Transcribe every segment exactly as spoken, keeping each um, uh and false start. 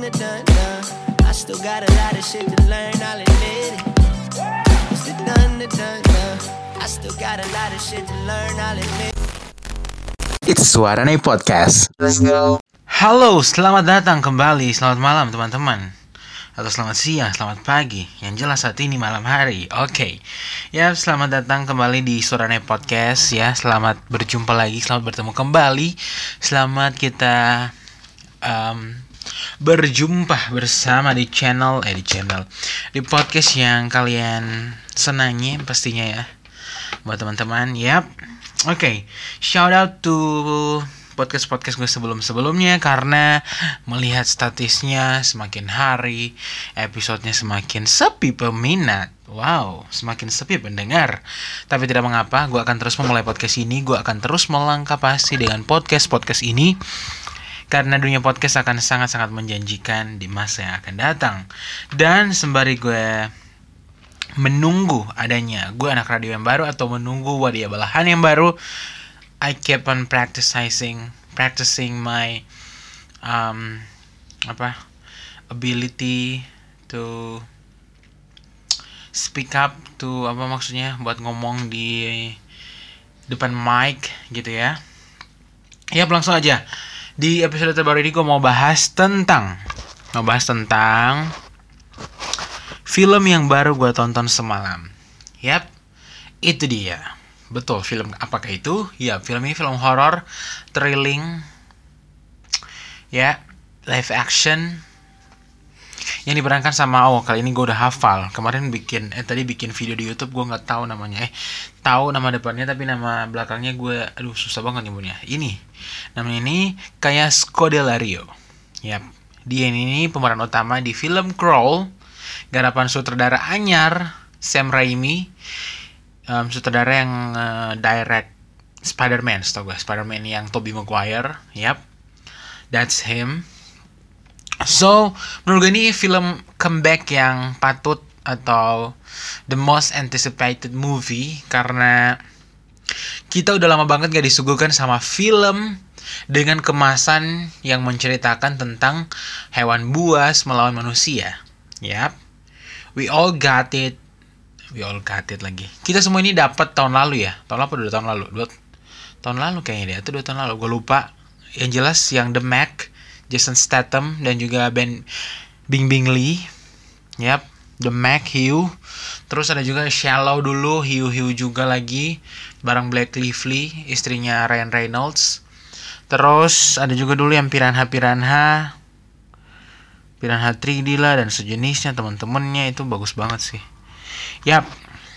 the done done. I still got a lot of shit to learn, I'll admit it. It's the done the done done. I still got a lot of shit to learn, I'll admit it. It's Suarane Podcast. Let's go. Halo, selamat datang kembali. Selamat malam teman-teman. Atau selamat siang, selamat pagi. Yang jelas saat ini malam hari. Oke okay. Ya, selamat datang kembali di Suarane Podcast. Ya, selamat berjumpa lagi. Selamat bertemu kembali. Selamat kita um, berjumpa bersama di channel Eh di channel Di podcast yang kalian senangi pastinya ya, buat teman-teman. Yap. Oke okay. Shout out to podcast-podcast gue sebelum-sebelumnya, karena melihat statisnya semakin hari episodenya semakin sepi peminat. Wow, semakin sepi pendengar. Tapi tidak mengapa, gue akan terus memulai podcast ini. Gue akan terus melangkah pasti dengan podcast-podcast ini, karena dunia podcast akan sangat-sangat menjanjikan di masa yang akan datang. Dan sembari gue menunggu adanya gue anak radio yang baru atau menunggu wadia balahan yang baru, I keep on practicing, practicing my um apa ability to speak up, to apa maksudnya buat ngomong di depan mic gitu ya. Ya, langsung aja di episode terbaru ini gue mau bahas tentang mau bahas tentang film yang baru gue tonton semalam. Yap, itu dia. Betul, film apakah itu? Ya, film ini film horor, thrilling, ya, live action, yang diperankan sama, oh kali ini gue udah hafal. Kemarin bikin, eh tadi bikin video di YouTube, gue nggak tahu namanya, eh tahu nama depannya tapi nama belakangnya gue, aduh susah banget nyebutnya. Ini, namanya ini kayak Scodelario. Yap, dia ini pemeran utama di film Crawl, garapan sutradara anyar Sam Raimi. Um, sutradara yang uh, direct Spider-Man, setahu gue Spider-Man yang Tobey Maguire. Yap, that's him. So, menurut gue ini film comeback yang patut, atau the most anticipated movie, karena kita udah lama banget gak disuguhkan sama film dengan kemasan yang menceritakan tentang hewan buas melawan manusia. Yap, we all got it. We all got it lagi. Kita semua ini dapat tahun lalu ya. Tahun apa? Dua tahun lalu. Dua tahun lalu kayaknya dia. Atau dua tahun lalu. Gue lupa. Yang jelas yang The Meg, Jason Statham, dan juga Ben Bingbing Lee. Yap. The Meg, Hiu. Terus ada juga Shallow dulu. Hiu Hiu juga lagi. Bareng Blake Lively, istrinya Ryan Reynolds. Terus ada juga dulu yang Piranha Piranha. Piranha tiga D lah dan sejenisnya, teman-temannya itu bagus banget sih. Yap.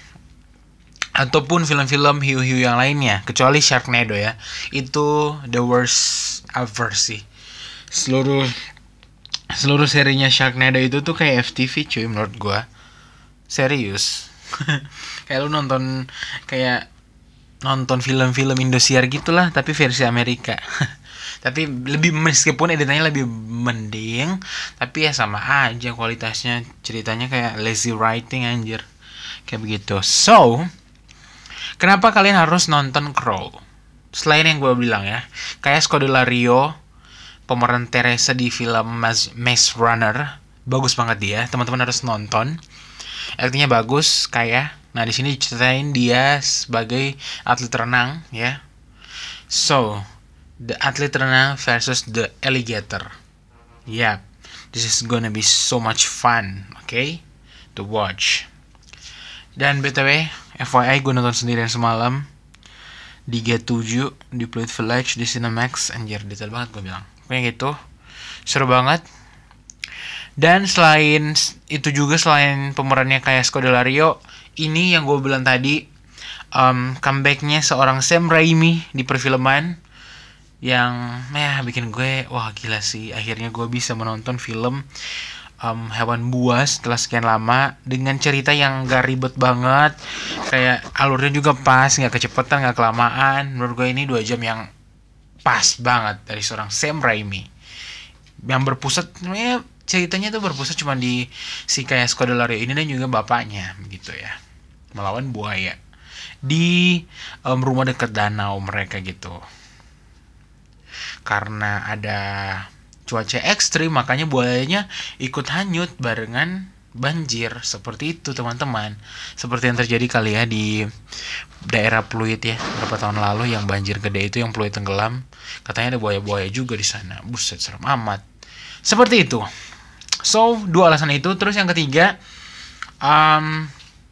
Ataupun film-film hiu-hiu yang lainnya, kecuali Sharknado ya. Itu the worst ever sih. Seluruh seluruh serinya Sharknado itu tuh kayak F T V cuy menurut gua. Serius. Kayak lu nonton kayak nonton film-film Indosiar gitulah, tapi versi Amerika. Tapi lebih, meskipun editannya lebih mending, tapi ya sama aja kualitasnya. Ceritanya kayak lazy writing anjir, kayak begitu. So, kenapa kalian harus nonton Crawl? Selain yang gue bilang ya, kayak Scodelario, pemeran Teresa di film Maze Runner, bagus banget dia. Teman-teman harus nonton. Artinya bagus kayak. Nah, di sini diceritain dia sebagai atlet renang ya. So, the atlet renang versus the alligator. Yap, this is gonna be so much fun, okay, to watch. Dan B T W, F Y I gue nonton sendirian semalam di G tujuh, di Pluit Village, di Cinemax. Anjir, detail banget gue bilang. Kayak gitu, seru banget. Dan selain itu juga, selain pemerannya kayak Scodelario, ini yang gue bilang tadi, um, comebacknya seorang Sam Raimi di perfilman, yang ya bikin gue wah gila sih. Akhirnya gue bisa menonton film um, hewan buas setelah sekian lama, dengan cerita yang gak ribet banget, kayak alurnya juga pas, gak kecepatan, gak kelamaan. Menurut gue ini dua jam yang pas banget dari seorang Sam Raimi, yang berpusat, ya, ceritanya tuh berpusat cuma di si kayak Scodelario ini dan juga bapaknya gitu ya, melawan buaya di um, rumah dekat danau mereka gitu. Karena ada cuaca ekstrim, makanya buayanya ikut hanyut barengan banjir. Seperti itu teman-teman. Seperti yang terjadi kali ya di daerah Pluit ya, beberapa tahun lalu yang banjir gede itu, yang Pluit tenggelam. Katanya ada buaya-buaya juga di sana. Buset, serem amat. Seperti itu. So, dua alasan itu. Terus yang ketiga, um,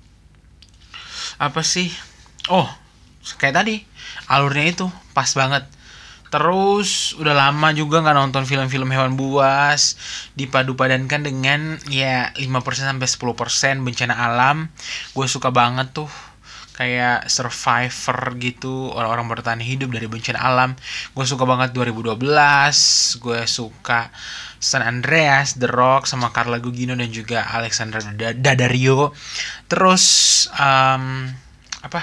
apa sih? Oh, kayak tadi, alurnya itu pas banget. Terus udah lama juga nggak nonton film-film hewan buas, dipadu-padankan dengan ya lima persen sampai sepuluh persen bencana alam. Gue suka banget tuh, kayak Survivor gitu, orang-orang bertahan hidup dari bencana alam. Gue suka banget dua ribu dua belas, gue suka San Andreas, The Rock, sama Carla Gugino dan juga Alexandra Daddario. Terus um, apa?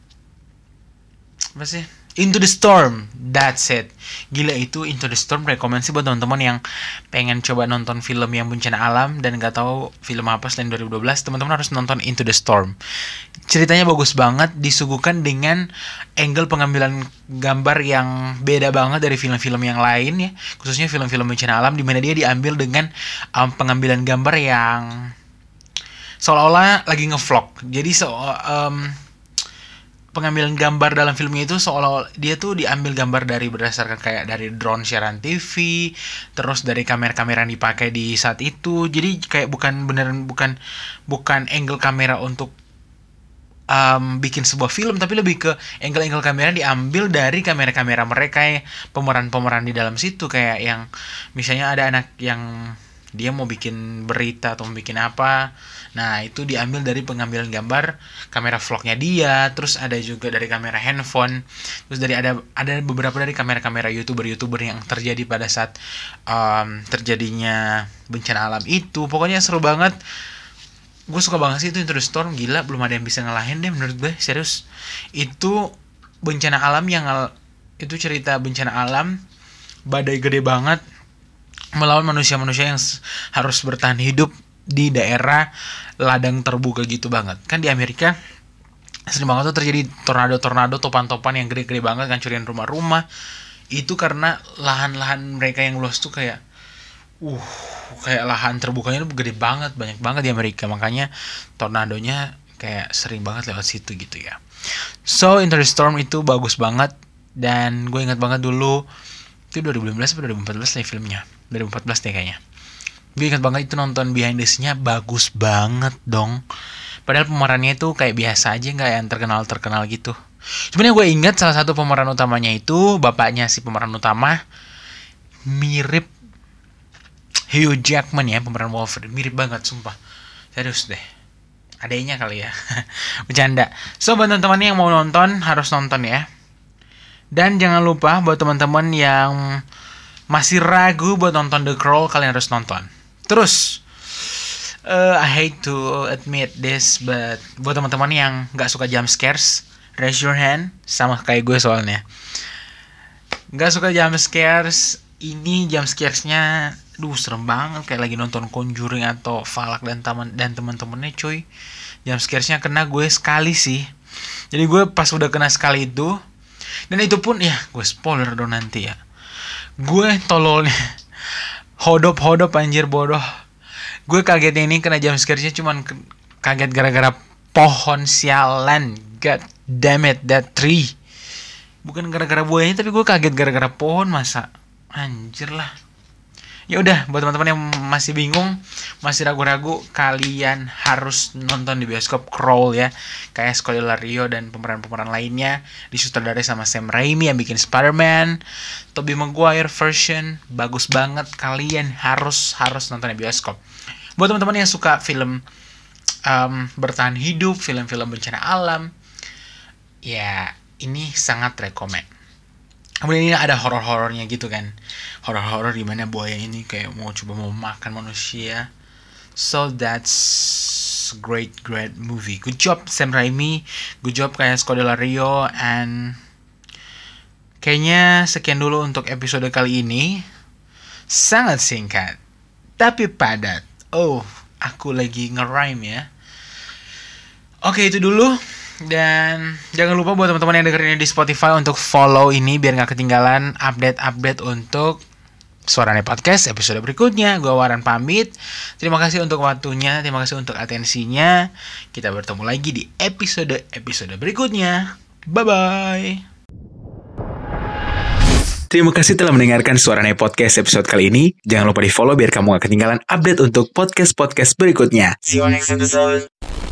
Apa sih? Into the Storm, that's it. Gila, itu Into the Storm rekomendasi buat teman-teman yang pengen coba nonton film yang bencana alam dan gak tahu film apa selain dua ribu dua belas. Teman-teman harus nonton Into the Storm. Ceritanya bagus banget, disuguhkan dengan angle pengambilan gambar yang beda banget dari film-film yang lain ya, khususnya film-film bencana alam, dimana dia diambil dengan um, pengambilan gambar yang seolah-olah lagi ngevlog. Jadi so um, pengambilan gambar dalam filmnya itu seolah dia tuh diambil gambar dari berdasarkan kayak dari drone siaran T V, terus dari kamera-kamera yang dipakai di saat itu. Jadi kayak bukan beneran bukan bukan angle kamera untuk um, bikin sebuah film, tapi lebih ke angle-angle kamera diambil dari kamera-kamera mereka ya, pemeran-pemeran di dalam situ. Kayak yang misalnya ada anak yang dia mau bikin berita atau mau bikin apa, nah itu diambil dari pengambilan gambar kamera vlognya dia. Terus ada juga dari kamera handphone. Terus dari ada ada beberapa dari kamera-kamera youtuber-youtuber yang terjadi pada saat um, terjadinya bencana alam itu. Pokoknya seru banget. Gue suka banget sih itu Into the Storm. Gila, belum ada yang bisa ngalahin deh menurut gue, serius. Itu bencana alam yang itu cerita bencana alam, badai gede banget melawan manusia-manusia yang harus bertahan hidup di daerah ladang terbuka gitu banget. Kan di Amerika sering banget tuh terjadi tornado-tornado, topan-topan yang gede-gede banget, ngancurin rumah-rumah. Itu karena lahan-lahan mereka yang luas tuh kayak uh kayak lahan terbukanya tuh gede banget, banyak banget di Amerika. Makanya tornadonya kayak sering banget lewat situ gitu ya. So, Into the Storm itu bagus banget. Dan gue ingat banget dulu, itu dua ribu lima belas atau dua ribu empat belas nih filmnya. dua ribu empat belas deh kayaknya. Gue ingat banget itu nonton behind the scene-nya, bagus banget dong. Padahal pemerannya itu kayak biasa aja, gak yang terkenal-terkenal gitu. Sebenarnya gue ingat salah satu pemeran utamanya itu, bapaknya si pemeran utama, mirip Hugh Jackman ya, pemeran Wolverine. Mirip banget, sumpah. Serius deh. Adanya kali ya. Bercanda. So, buat teman-teman yang mau nonton, harus nonton ya. Dan jangan lupa buat teman-teman yang masih ragu buat nonton The Crawl, kalian harus nonton. Terus, uh, I hate to admit this, but buat teman-teman yang gak suka jump scares, raise your hand. Sama kayak gue soalnya. Gak suka jump scares, ini jump scares-nya duh serem banget, kayak lagi nonton Conjuring atau Falak dan teman dan teman-temannya cuy. Jump scares-nya kena gue sekali sih. Jadi gue pas udah kena sekali itu, dan itu pun ya gue spoiler dong nanti ya. Gue tololnya hodop-hodop anjir bodoh. Gue kagetnya ini kena jump scare-nya cuman ke- kaget gara-gara pohon sialan. God damn it, that tree. Bukan gara-gara buahnya, tapi gue kaget gara-gara pohon, masa anjir lah. Ya udah, buat teman-teman yang masih bingung, masih ragu-ragu, kalian harus nonton di bioskop Crawl ya. Kayak Scodelario dan pemeran-pemeran lainnya, disutradarai sama Sam Raimi yang bikin Spider-Man, Tobey Maguire version, bagus banget. Kalian harus harus nonton di bioskop. Buat teman-teman yang suka film um, bertahan hidup, film-film bencana alam, ya ini sangat rekomend. Kemudian ini ada horor-horornya gitu kan. Horor-horor di mana buaya ini kayak mau coba mau makan manusia. So that's great great movie. Good job Sam Raimi. Good job kayak Scodelario. And kayaknya sekian dulu untuk episode kali ini. Sangat singkat tapi padat. Oh, aku lagi nge-rhyme ya. Oke, itu dulu. Dan jangan lupa buat teman-teman yang dengerin ini di Spotify untuk follow ini biar gak ketinggalan update-update untuk Suarane Podcast episode berikutnya. Gue Waran pamit. Terima kasih untuk waktunya, terima kasih untuk atensinya. Kita bertemu lagi di episode-episode berikutnya. Bye-bye. Terima kasih telah mendengarkan Suarane Podcast episode kali ini. Jangan lupa di follow biar kamu gak ketinggalan update untuk podcast-podcast berikutnya. See you next episode.